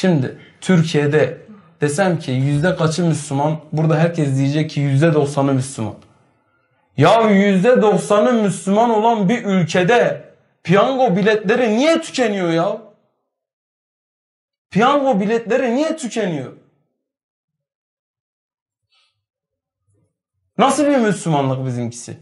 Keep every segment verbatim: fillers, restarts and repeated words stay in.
Şimdi Türkiye'de desem ki yüzde kaçı Müslüman? Burada herkes diyecek ki yüzde doksanı Müslüman. Ya yüzde doksanı Müslüman olan bir ülkede piyango biletleri niye tükeniyor ya? Piyango biletleri niye tükeniyor? Nasıl bir Müslümanlık bizimkisi?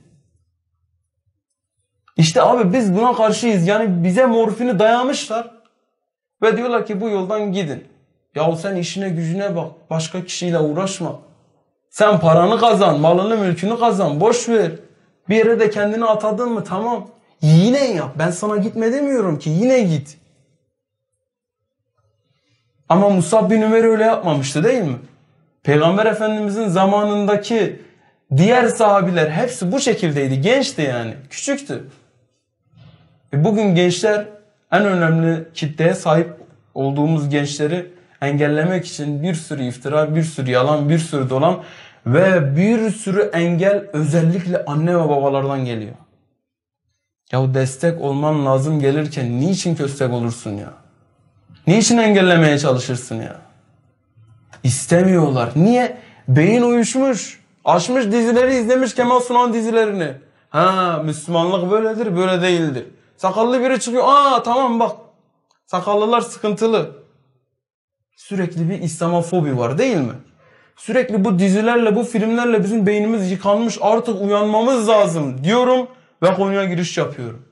İşte abi biz buna karşıyız. Yani bize morfini dayamışlar. Ve diyorlar ki bu yoldan gidin. Yahu sen işine gücüne bak. Başka kişiyle uğraşma. Sen paranı kazan. Malını mülkünü kazan. Boş ver. Bir yere de kendini atadın mı tamam. Yine yap. Ben sana gitme demiyorum ki. Yine git. Ama Musab bin Ömer öyle yapmamıştı değil mi? Peygamber Efendimizin zamanındaki diğer sahabiler hepsi bu şekildeydi. Gençti yani. Küçüktü. E bugün gençler en önemli kitleye sahip olduğumuz gençleri engellemek için bir sürü iftira, bir sürü yalan, bir sürü dolan ve bir sürü engel özellikle anne ve babalardan geliyor. Ya destek olman lazım gelirken niçin köstek olursun ya? Niçin engellemeye çalışırsın ya? İstemiyorlar. Niye? Beyin uyuşmuş. Açmış dizileri izlemiş Kemal Sunal dizilerini. Ha Müslümanlık böyledir, böyle değildir. Sakallı biri çıkıyor. Aa tamam bak. Sakallılar sıkıntılı. Sürekli bir İslamofobi var değil mi? Sürekli bu dizilerle, bu filmlerle bizim beynimiz yıkanmış. Artık uyanmamız lazım diyorum ve konuya giriş yapıyorum.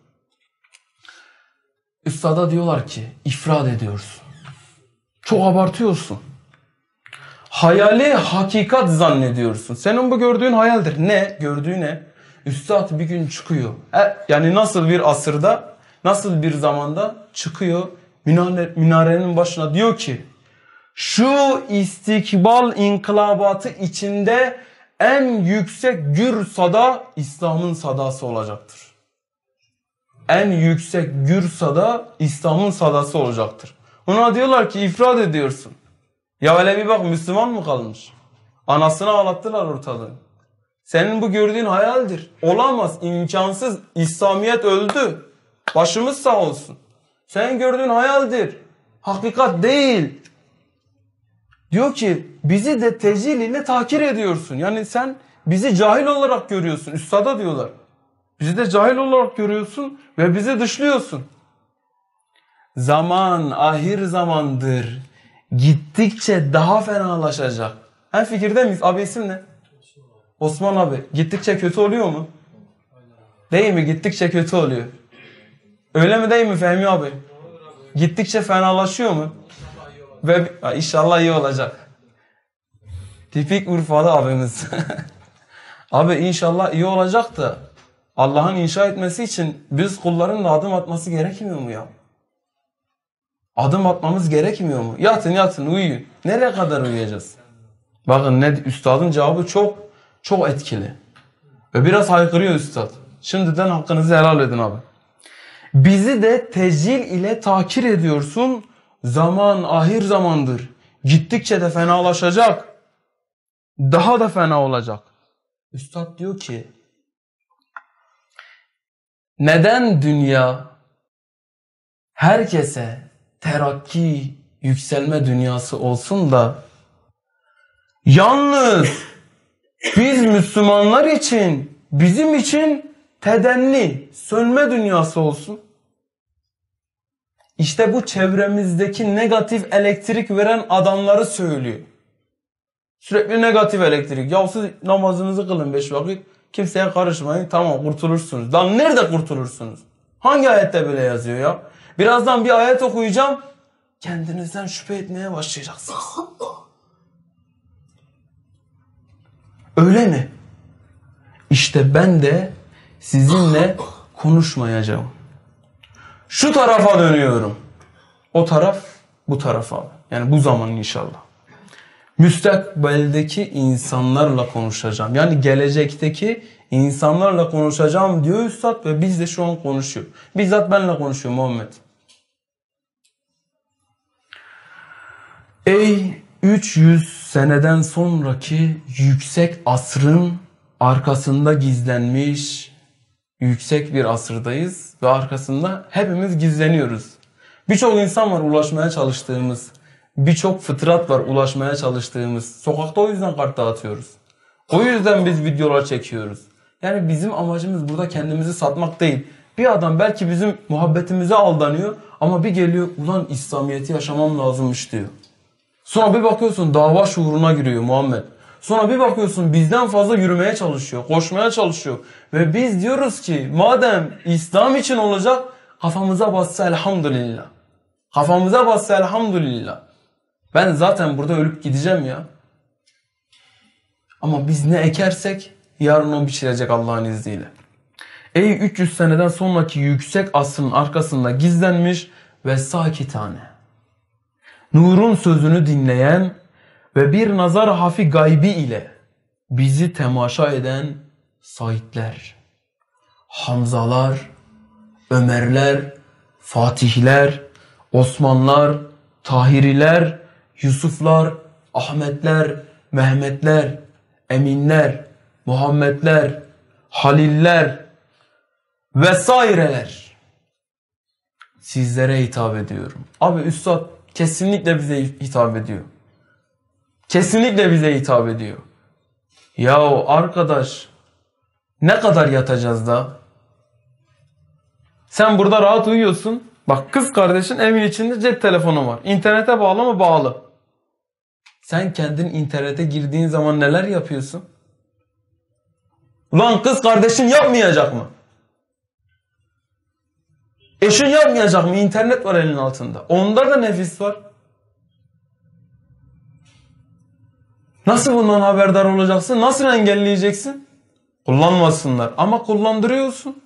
Üstada diyorlar ki ifrat ediyorsun. Çok abartıyorsun. Hayali hakikat zannediyorsun. Senin bu gördüğün hayaldir. Ne? Gördüğü ne? Üstad bir gün çıkıyor. E, yani nasıl bir asırda, nasıl bir zamanda çıkıyor minare, minarenin başına diyor ki şu istikbal inkılabatı içinde en yüksek gür sada İslam'ın sadası olacaktır. En yüksek gür sada İslam'ın sadası olacaktır. Ona diyorlar ki ifrat ediyorsun. Ya öyle bir bak Müslüman mı kalmış? Anasını ağlattılar ortalığı. Senin bu gördüğün hayaldir. Olamaz, imkansız. İslamiyet öldü. Başımız sağ olsun. Senin gördüğün hayaldir. Hakikat değil. Diyor ki bizi de tecil ile tahkir ediyorsun. Yani sen bizi cahil olarak görüyorsun. Üstada diyorlar. Bizi de cahil olarak görüyorsun ve bizi dışlıyorsun. Zaman ahir zamandır. Gittikçe daha fenalaşacak. Hem fikirde miyiz? Abi isim ne? Osman abi. Gittikçe kötü oluyor mu? Değil mi? Gittikçe kötü oluyor. Öyle mi değil mi Fehmi abi? Gittikçe fenalaşıyor mu? Ve inşallah iyi olacak. Tipik Urfalı abimiz. Abi inşallah iyi olacak da Allah'ın inşa etmesi için biz kulların da adım atması gerekmiyor mu ya? Adım atmamız gerekmiyor mu? Yatın yatın uyuyun. Nereye kadar uyuyacağız? Bakın ne üstadın cevabı çok çok etkili. Ve biraz haykırıyor üstad. Şimdiden hakkınızı helal edin abi. Bizi de tecil ile takir ediyorsun. Zaman ahir zamandır. Gittikçe de fenalaşacak. Daha da fena olacak. Üstad diyor ki neden dünya herkese terakki, yükselme dünyası olsun da yalnız biz Müslümanlar için, bizim için tedenni, sönme dünyası olsun. İşte bu çevremizdeki negatif elektrik veren adamları söylüyor. Sürekli negatif elektrik. Ya siz namazınızı kılın beş vakit, kimseye karışmayın, tamam kurtulursunuz. Lan nerede kurtulursunuz? Hangi ayette böyle yazıyor ya? Birazdan bir ayet okuyacağım, kendinizden şüphe etmeye başlayacaksınız. Öyle mi? İşte ben de sizinle konuşmayacağım. Şu tarafa dönüyorum. O taraf bu tarafa. Yani bu zaman inşallah. Müstakbeldeki insanlarla konuşacağım. Yani gelecekteki insanlarla konuşacağım diyor Üstad ve biz de şu an konuşuyor. Bizzat benimle konuşuyor Muhammed. Ey üç yüz seneden sonraki yüksek asrın arkasında gizlenmiş yüksek bir asırdayız ve arkasında hepimiz gizleniyoruz. Birçok insan var ulaşmaya çalıştığımız. birçok fıtrat var ulaşmaya çalıştığımız. Sokakta o yüzden kart dağıtıyoruz. O yüzden biz videolar çekiyoruz. Yani bizim amacımız burada kendimizi satmak değil. Bir adam belki bizim muhabbetimize aldanıyor ama bir geliyor ulan İslamiyet'i yaşamam lazımmış diyor. Sonra bir bakıyorsun dava şuuruna giriyor Muhammed. Sonra bir bakıyorsun bizden fazla yürümeye çalışıyor, koşmaya çalışıyor. Ve biz diyoruz ki madem İslam için olacak kafamıza bassa elhamdülillah. Kafamıza bassa elhamdülillah. Ben zaten burada ölüp gideceğim ya. Ama biz ne ekersek yarın o biçilecek Allah'ın izniyle. Ey üç yüz seneden sonraki yüksek asrın arkasında gizlenmiş ve sakitane. Nur'un sözünü dinleyen ve bir nazar hafi gaybi ile bizi temaşa eden Saidler, Hamzalar, Ömerler, Fatihler, Osmanlar, Tahiriler, Yusuflar, Ahmetler, Mehmetler, Eminler, Muhammedler, Haliller vesaireler. Sizlere hitap ediyorum. Abi Üstad kesinlikle bize hitap ediyor. Kesinlikle bize hitap ediyor. Yahu arkadaş ne kadar yatacağız da? Sen burada rahat uyuyorsun. Bak kız kardeşin evin içinde cep telefonu var. İnternete bağlı mı? Bağlı. Sen kendin internete girdiğin zaman neler yapıyorsun? Ulan kız kardeşin yapmayacak mı? Eşin yapmayacak mı? İnternet var elinin altında. Onda da nefis var. Nasıl bundan haberdar olacaksın? Nasıl engelleyeceksin? Kullanmasınlar. Ama kullandırıyorsun.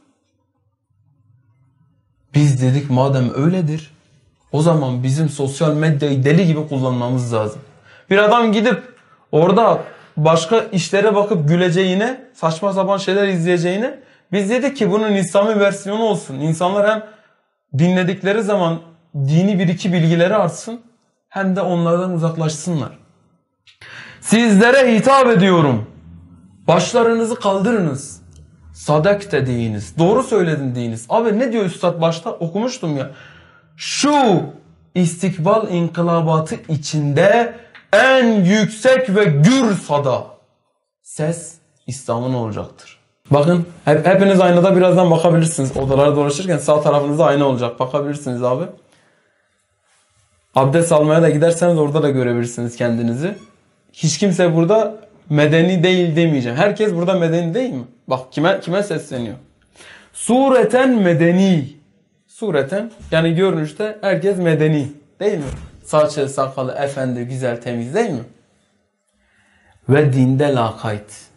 Biz dedik madem öyledir, o zaman bizim sosyal medyayı deli gibi kullanmamız lazım. Bir adam gidip orada başka işlere bakıp güleceğine, saçma sapan şeyler izleyeceğine, biz dedik ki bunun İslami versiyonu olsun. İnsanlar hem dinledikleri zaman dini bir iki bilgileri artsın, hem de onlardan uzaklaşsınlar. Sizlere hitap ediyorum. Başlarınızı kaldırınız. Sadakte deyiniz. Doğru söyledin deyiniz. Abi ne diyor Üstad başta? Okumuştum ya. Şu istikbal inkılabatı içinde en yüksek ve gür sada ses İslam'ın olacaktır. Bakın hep, hepiniz aynada birazdan bakabilirsiniz. Odalara dolaşırken sağ tarafınızda ayna olacak. Bakabilirsiniz abi. Abdest almaya da giderseniz orada da görebilirsiniz kendinizi. Hiç kimse burada medeni değil demeyeceğim. Herkes burada medeni değil mi? Bak kime kime sesleniyor. Sureten medeni. Sureten yani görünüşte herkes medeni değil mi? Saçı, sakalı, efendi, güzel, temiz değil mi? Ve dinde lakayt.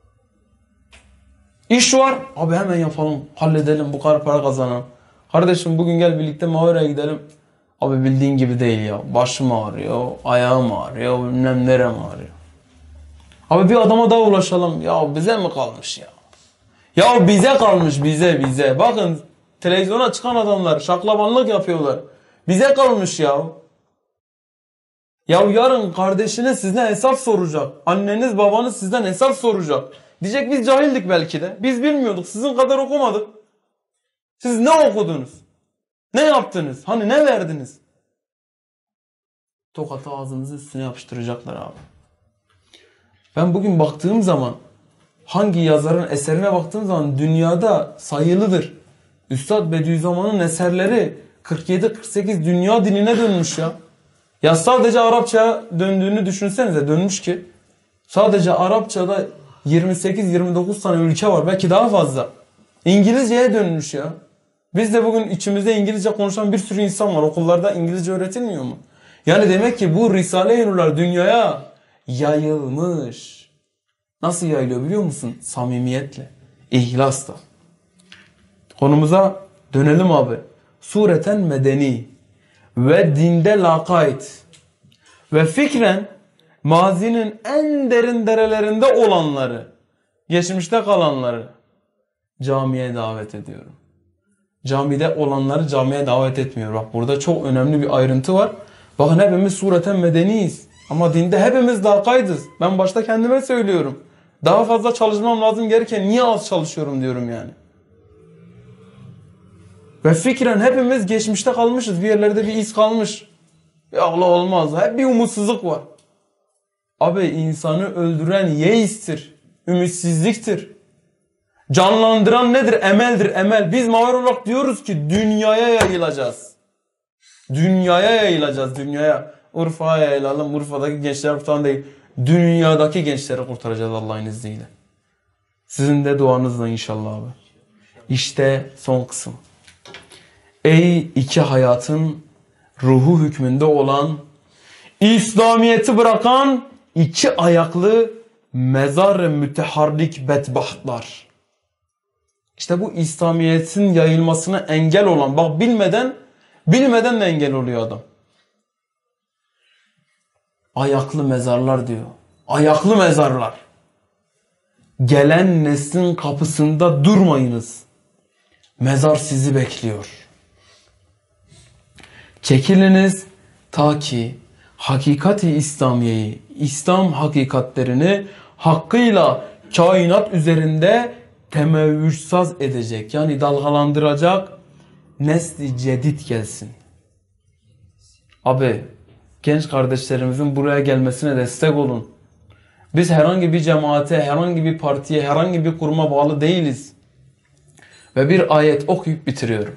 İş var. Abi hemen yapalım. Halledelim. Bu kadar para kazanalım. Kardeşim bugün gel birlikte Mavera'ya gidelim. Abi bildiğin gibi değil ya. Başım ağrıyor. Ayağım ağrıyor. Bilmem nerem ağrıyor. Abi bir adama daha ulaşalım. Ya bize mi kalmış ya? Ya bize kalmış bize bize. Bakın televizyona çıkan adamlar şaklabanlık yapıyorlar. Bize kalmış ya. Ya yarın kardeşiniz sizden hesap soracak. Anneniz babanız sizden hesap soracak. Diyecek biz cahildik belki de. Biz bilmiyorduk. Sizin kadar okumadık. Siz ne okudunuz? Ne yaptınız? Hani ne verdiniz? Tokatı ağzımızın üstüne yapıştıracaklar abi. Ben bugün baktığım zaman hangi yazarın eserine baktığım zaman dünyada sayılıdır. Üstad Bediüzzaman'ın eserleri kırk yedi kırk sekiz dünya diline dönmüş ya. Ya sadece Arapçaya döndüğünü düşünsenize, dönmüş ki. Sadece Arapçada yirmi sekiz yirmi dokuz tane ülke var, belki daha fazla. İngilizceye dönmüş ya. Biz de bugün içimizde İngilizce konuşan bir sürü insan var. Okullarda İngilizce öğretilmiyor mu? Yani demek ki bu Risale-i Nurlar dünyaya yayılmış. Nasıl yayılıyor biliyor musun? Samimiyetle, ihlasla. Konumuza dönelim abi. Sureten medeni ve dinde lakayt ve fikren mazinin en derin derelerinde olanları, geçmişte kalanları camiye davet ediyorum. Camide olanları camiye davet etmiyor. Bak burada çok önemli bir ayrıntı var. Bakın hepimiz sureten medeniyiz. Ama dinde hepimiz lakaydız. Ben başta kendime söylüyorum. Daha fazla çalışmam lazım gereken niye az çalışıyorum diyorum yani. Ve fikren hepimiz geçmişte kalmışız. Bir yerlerde bir iz kalmış. Ya Allah olmaz. Hep bir umutsuzluk var. Abi insanı öldüren yeistir. Ümitsizliktir. Canlandıran nedir? Emeldir, emel. Biz mavar olarak diyoruz ki dünyaya yayılacağız. Dünyaya yayılacağız, dünyaya. Urfa'ya yayılalım. Urfa'daki gençler kurtaran değil. Dünyadaki gençleri kurtaracağız Allah'ın izniyle. Sizin de duanızla inşallah abi. İşte son kısım. Ey iki hayatın ruhu hükmünde olan, İslamiyet'i bırakan iki ayaklı mezar müteharrik bedbahtlar. İşte bu İslamiyet'in yayılmasına engel olan, bak bilmeden, bilmeden de engel oluyor adam. Ayaklı mezarlar diyor. Ayaklı mezarlar. Gelen neslin kapısında durmayınız. Mezar sizi bekliyor. Çekiliniz ta ki hakikati İslamiye'yi, İslam hakikatlerini hakkıyla kainat üzerinde temevvüçsaz edecek, yani dalgalandıracak nesli cedid gelsin. Abi genç kardeşlerimizin buraya gelmesine destek olun. Biz herhangi bir cemaate, herhangi bir partiye, herhangi bir kuruma bağlı değiliz. Ve bir ayet okuyup bitiriyorum.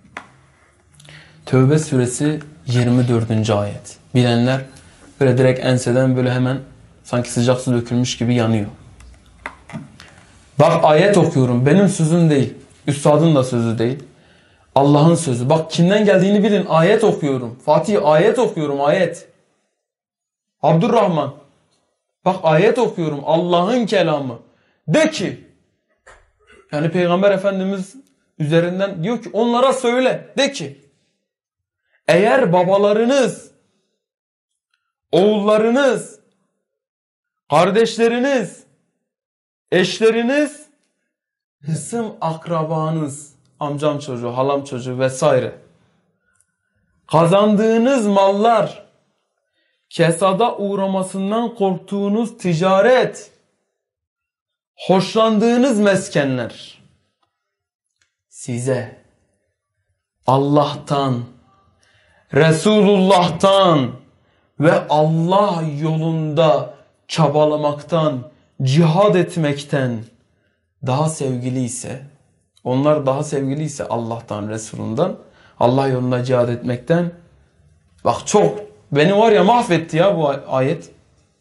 Tevbe suresi yirmi dördüncü ayet. Bilenler böyle direkt enseden böyle hemen sanki sıcak su dökülmüş gibi yanıyor. Bak ayet okuyorum. Benim sözüm değil. Üstadın da sözü değil. Allah'ın sözü. Bak kimden geldiğini bilin. Ayet okuyorum. Fatih ayet okuyorum. Ayet. Abdurrahman. Bak ayet okuyorum. Allah'ın kelamı. De ki. Yani Peygamber Efendimiz üzerinden diyor ki onlara söyle. De ki. Eğer babalarınız, oğullarınız, kardeşleriniz, eşleriniz, hısım akrabanız, amcam çocuğu, halam çocuğu vesaire, kazandığınız mallar, kesada uğramasından korktuğunuz ticaret, hoşlandığınız meskenler size Allah'tan, Resulullah'tan ve Allah yolunda çabalamaktan, cihad etmekten daha sevgili ise, onlar daha sevgili ise Allah'tan, Resulünden, Allah yolunda cihad etmekten, bak çok, beni var ya mahvetti ya bu ayet.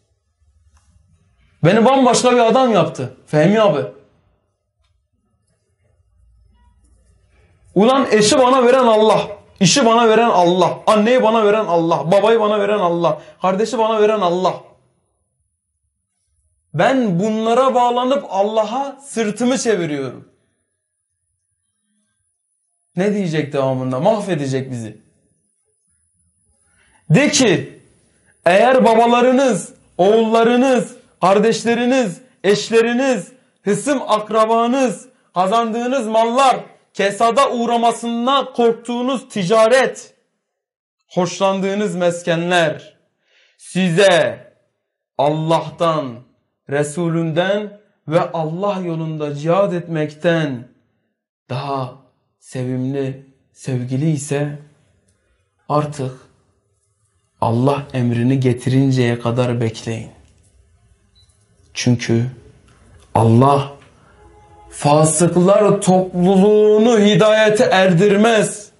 Beni bambaşka bir adam yaptı Fehmi abi. Ulan eşi bana veren Allah. İşi bana veren Allah. Anneyi bana veren Allah. Babayı bana veren Allah. Kardeşi bana veren Allah. Ben bunlara bağlanıp Allah'a sırtımı çeviriyorum. Ne diyecek devamında? Mahvedecek bizi. De ki eğer babalarınız, oğullarınız, kardeşleriniz, eşleriniz, hısım akrabanız, kazandığınız mallar, kesada uğramasından korktuğunuz ticaret, hoşlandığınız meskenler size Allah'tan, Resulünden ve Allah yolunda cihad etmekten daha sevimli, sevgili ise artık Allah emrini getirinceye kadar bekleyin. Çünkü Allah fasıklar topluluğunu hidayete erdirmez.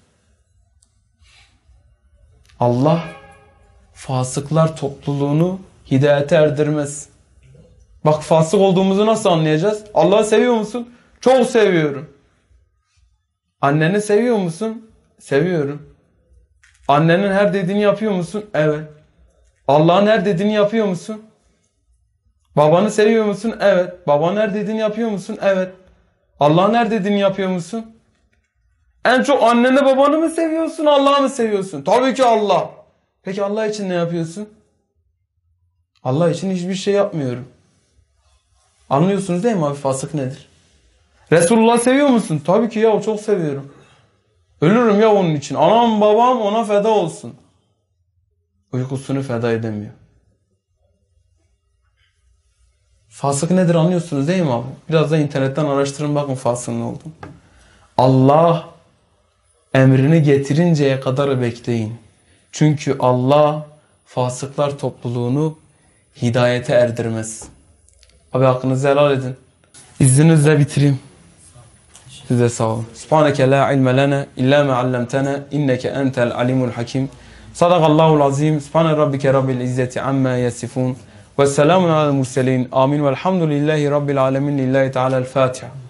Allah fasıklar topluluğunu hidayete erdirmez. Bak fasık olduğumuzu nasıl anlayacağız? Allah'ı seviyor musun? Çok seviyorum. Anneni seviyor musun? Seviyorum. Annenin her dediğini yapıyor musun? Evet. Allah'ın her dediğini yapıyor musun? Babanı seviyor musun? Evet. Babanın her dediğini yapıyor musun? Evet. Allah'ın her dediğini yapıyor musun? En çok anneni babanı mı seviyorsun? Allah'ı mı seviyorsun? Tabii ki Allah. Peki Allah için ne yapıyorsun? Allah için hiçbir şey yapmıyorum. Anlıyorsunuz değil mi abi fasık nedir? Resulullah seviyor musun? Tabii ki ya çok seviyorum. Ölürüm ya onun için. Anam babam ona feda olsun. Uykusunu feda edemiyor. Fasık nedir anlıyorsunuz değil mi abi? Biraz da internetten araştırın bakın fasığın ne olduğunu. Allah emrini getirinceye kadar bekleyin. Çünkü Allah fasıklar topluluğunu hidayete erdirmez. Abi hakkınızı helal edin. İzninizle bitireyim. Siz de sağ olun. Subhaneke la ilme lana illa ma allamtana inneke entel alimul hakim. Sadakallahul azim. Subhane rabbike rabbil izzeti amma yasifun. Ve selamun alel murselin. Amin velhamdülillahi rabbil alemin. Lillahi teala'l Fatiha.